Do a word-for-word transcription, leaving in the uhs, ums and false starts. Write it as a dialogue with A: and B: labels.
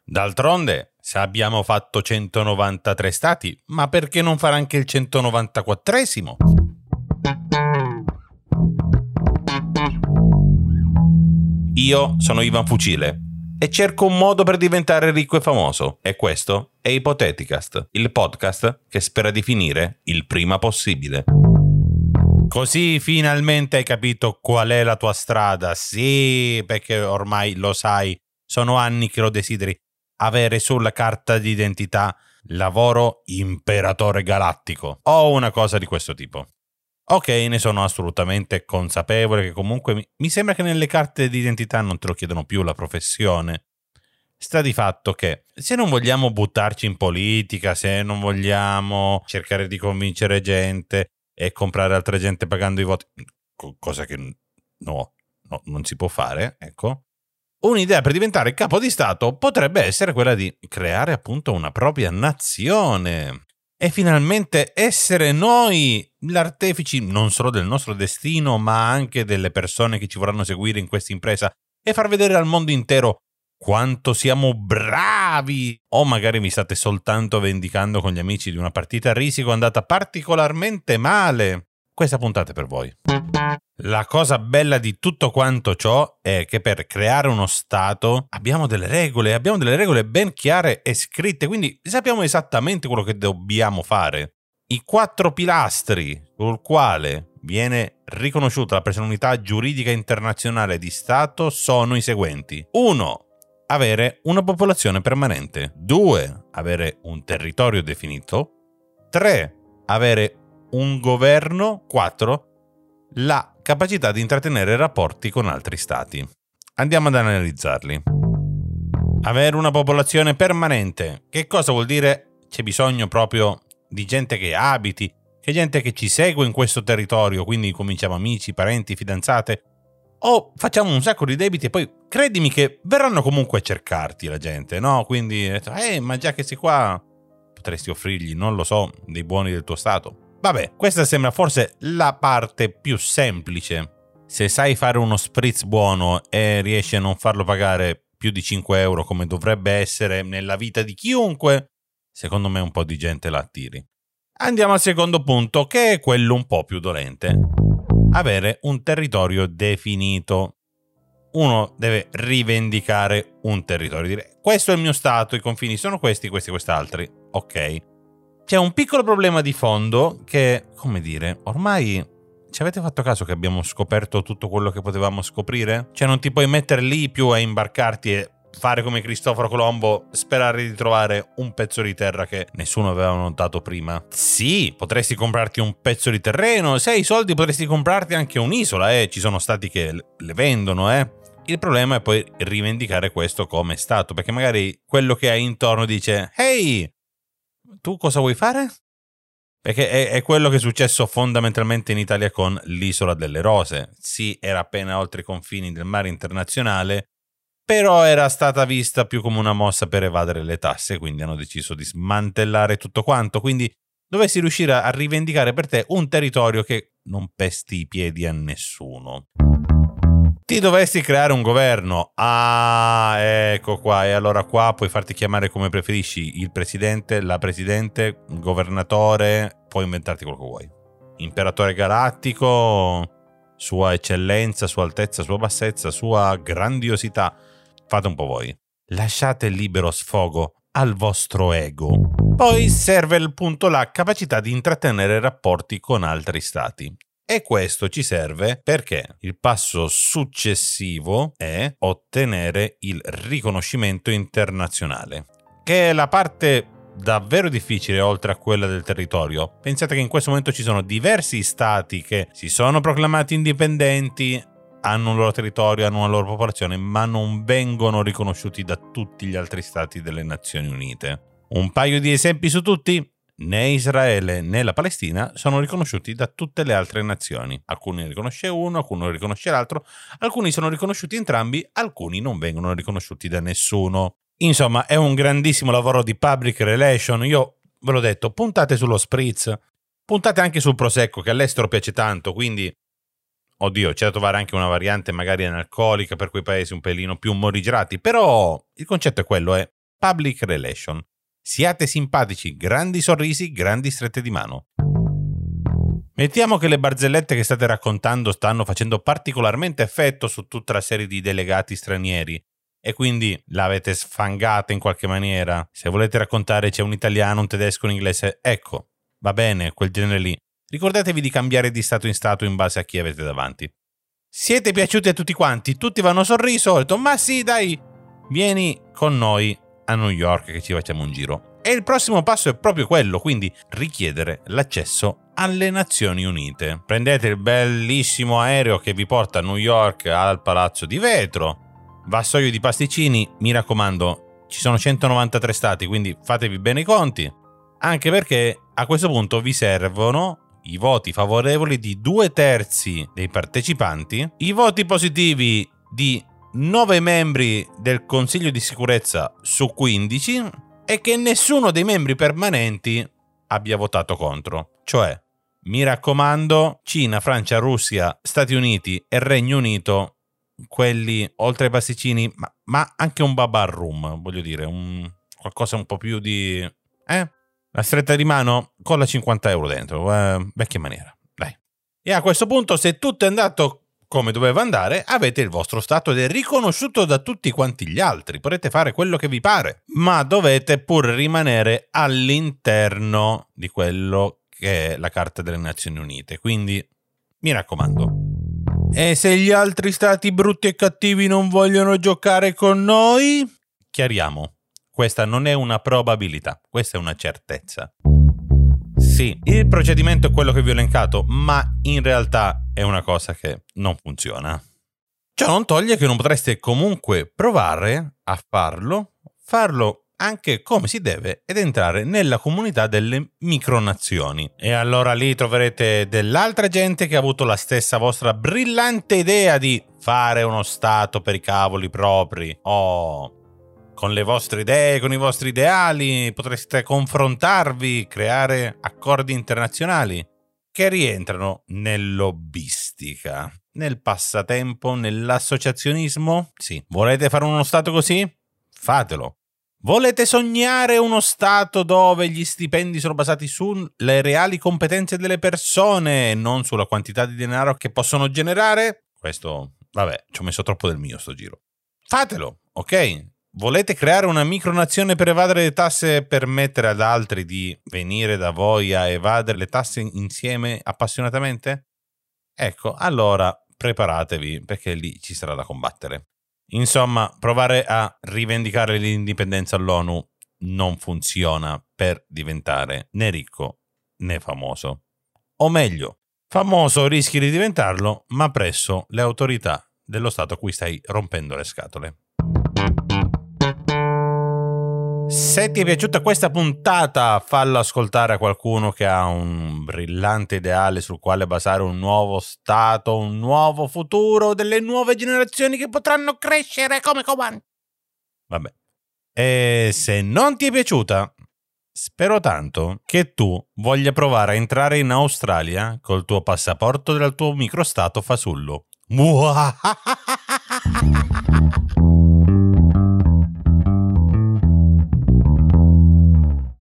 A: D'altronde, se abbiamo fatto centonovantatré stati, ma perché non fare anche il centonovantaquattresimo? Io sono Ivan Fucile e cerco un modo per diventare ricco e famoso. E questo è Ipoteticast, il podcast che spera di finire il prima possibile. Così finalmente hai capito qual è la tua strada. Sì, perché ormai lo sai, sono anni che lo desideri. Avere sulla carta d'identità lavoro imperatore galattico o una cosa di questo tipo. Ok, ne sono assolutamente consapevole che comunque mi, mi sembra che nelle carte d'identità non te lo chiedono più la professione. Sta di fatto che se non vogliamo buttarci in politica, se non vogliamo cercare di convincere gente e comprare altra gente pagando i voti, cosa che no, no non si può fare, ecco. Un'idea per diventare capo di Stato potrebbe essere quella di creare appunto una propria nazione e finalmente essere noi l'artefici non solo del nostro destino, ma anche delle persone che ci vorranno seguire in questa impresa e far vedere al mondo intero quanto siamo bravi. O magari vi state soltanto vendicando con gli amici di una partita a risico andata particolarmente male. Questa puntata è per voi. La cosa bella di tutto quanto ciò è che per creare uno Stato abbiamo delle regole, abbiamo delle regole ben chiare e scritte, quindi sappiamo esattamente quello che dobbiamo fare. I quattro pilastri sul quale viene riconosciuta la personalità giuridica internazionale di Stato sono i seguenti. uno. Avere una popolazione permanente. due. Avere un territorio definito. tre. Avere un governo. quattro. La capacità di intrattenere rapporti con altri stati. Andiamo ad analizzarli. Avere una popolazione permanente. Che cosa vuol dire? C'è bisogno proprio di gente che abiti, che gente che ci segue in questo territorio, quindi cominciamo amici, parenti, fidanzate, o facciamo un sacco di debiti e poi credimi che verranno comunque a cercarti la gente, no? Quindi, eh, ma già che sei qua, potresti offrirgli, non lo so, dei buoni del tuo stato. Vabbè, questa sembra forse la parte più semplice. Se sai fare uno spritz buono e riesci a non farlo pagare più di cinque euro come dovrebbe essere nella vita di chiunque, secondo me un po' di gente la attiri. Andiamo al secondo punto, che è quello un po' più dolente. Avere un territorio definito. Uno deve rivendicare un territorio, dire questo è il mio stato, i confini sono questi, questi e quest'altri. Ok. C'è un piccolo problema di fondo che, come dire, ormai ci avete fatto caso che abbiamo scoperto tutto quello che potevamo scoprire? Cioè non ti puoi mettere lì più a imbarcarti e fare come Cristoforo Colombo, sperare di trovare un pezzo di terra che nessuno aveva notato prima. Sì, potresti comprarti un pezzo di terreno, se hai i soldi potresti comprarti anche un'isola, eh, ci sono stati che le vendono, eh. Il problema è poi rivendicare questo come stato, perché magari quello che hai intorno dice «Ehi, tu cosa vuoi fare?» Perché è, è quello che è successo fondamentalmente in Italia con l'Isola delle Rose. Sì, era appena oltre i confini del mare internazionale, però era stata vista più come una mossa per evadere le tasse, quindi hanno deciso di smantellare tutto quanto. Quindi dovessi riuscire a rivendicare per te un territorio che non pesti i piedi a nessuno. Ti dovresti creare un governo. Ah, ecco qua. E allora qua puoi farti chiamare come preferisci, il presidente, la presidente, il governatore, puoi inventarti quello che vuoi. Imperatore galattico, sua eccellenza, sua altezza, sua bassezza, sua grandiosità. Fate un po' voi. Lasciate libero sfogo al vostro ego. Poi serve appunto la capacità di intrattenere rapporti con altri stati. E questo ci serve perché il passo successivo è ottenere il riconoscimento internazionale, che è la parte davvero difficile oltre a quella del territorio. Pensate che in questo momento ci sono diversi stati che si sono proclamati indipendenti, hanno un loro territorio, hanno una loro popolazione, ma non vengono riconosciuti da tutti gli altri stati delle Nazioni Unite. Un paio di esempi su tutti. Né Israele né la Palestina sono riconosciuti da tutte le altre nazioni. Alcuni ne riconosce uno, alcuni ne riconosce l'altro, alcuni sono riconosciuti entrambi, alcuni non vengono riconosciuti da nessuno. Insomma, è un grandissimo lavoro di public relation. Io ve l'ho detto, puntate sullo spritz, puntate anche sul prosecco che all'estero piace tanto, quindi oddio, c'è da trovare anche una variante magari analcolica per quei paesi un pelino più morigerati, però il concetto è quello, è public relation. Siate simpatici, grandi sorrisi, grandi strette di mano. Mettiamo che le barzellette che state raccontando stanno facendo particolarmente effetto su tutta la serie di delegati stranieri e quindi l'avete sfangata in qualche maniera. Se volete raccontare c'è un italiano, un tedesco, un inglese, ecco, va bene, quel genere lì. Ricordatevi di cambiare di stato in stato in base a chi avete davanti. Siete piaciuti a tutti quanti? Tutti vanno sorriso, ho detto, ma sì dai, vieni con noi a New York che ci facciamo un giro. E il prossimo passo è proprio quello, quindi richiedere l'accesso alle Nazioni Unite. Prendete il bellissimo aereo che vi porta a New York al Palazzo di Vetro, vassoio di pasticcini, mi raccomando, ci sono centonovantatré stati, quindi fatevi bene i conti, anche perché a questo punto vi servono i voti favorevoli di due terzi dei partecipanti, i voti positivi di nove membri del Consiglio di Sicurezza su quindici e che nessuno dei membri permanenti abbia votato contro. Cioè, mi raccomando, Cina, Francia, Russia, Stati Uniti e Regno Unito, quelli oltre ai pasticcini, ma, ma anche un baba room, voglio dire, un, qualcosa un po' più di... Eh? La stretta di mano con la cinquanta euro dentro, eh, vecchia maniera, dai. E a questo punto, se tutto è andato come doveva andare, avete il vostro stato ed è riconosciuto da tutti quanti gli altri. Potete fare quello che vi pare, ma dovete pur rimanere all'interno di quello che è la Carta delle Nazioni Unite. Quindi, mi raccomando. E se gli altri stati brutti e cattivi non vogliono giocare con noi? Chiariamo, questa non è una probabilità, questa è una certezza. Sì, il procedimento è quello che vi ho elencato, ma in realtà è una cosa che non funziona. Ciò non toglie che non potreste comunque provare a farlo, farlo anche come si deve ed entrare nella comunità delle micronazioni. E allora lì troverete dell'altra gente che ha avuto la stessa vostra brillante idea di fare uno stato per i cavoli propri. Oh... Con le vostre idee, con i vostri ideali, potreste confrontarvi, creare accordi internazionali che rientrano nell'hobbistica, nel passatempo, nell'associazionismo. Sì, volete fare uno stato così? Fatelo. Volete sognare uno stato dove gli stipendi sono basati sulle reali competenze delle persone e non sulla quantità di denaro che possono generare? Questo, vabbè, ci ho messo troppo del mio sto giro. Fatelo, ok? Volete creare una micronazione per evadere le tasse e permettere ad altri di venire da voi a evadere le tasse insieme appassionatamente? Ecco, allora preparatevi perché lì ci sarà da combattere. Insomma, provare a rivendicare l'indipendenza all'ONU non funziona per diventare né ricco né famoso. O meglio, famoso rischi di diventarlo, ma presso le autorità dello Stato a cui stai rompendo le scatole. Se ti è piaciuta questa puntata, fallo ascoltare a qualcuno che ha un brillante ideale sul quale basare un nuovo stato, un nuovo futuro delle nuove generazioni che potranno crescere come comandi. Vabbè. E se non ti è piaciuta, spero tanto che tu voglia provare a entrare in Australia col tuo passaporto del tuo microstato fasullo.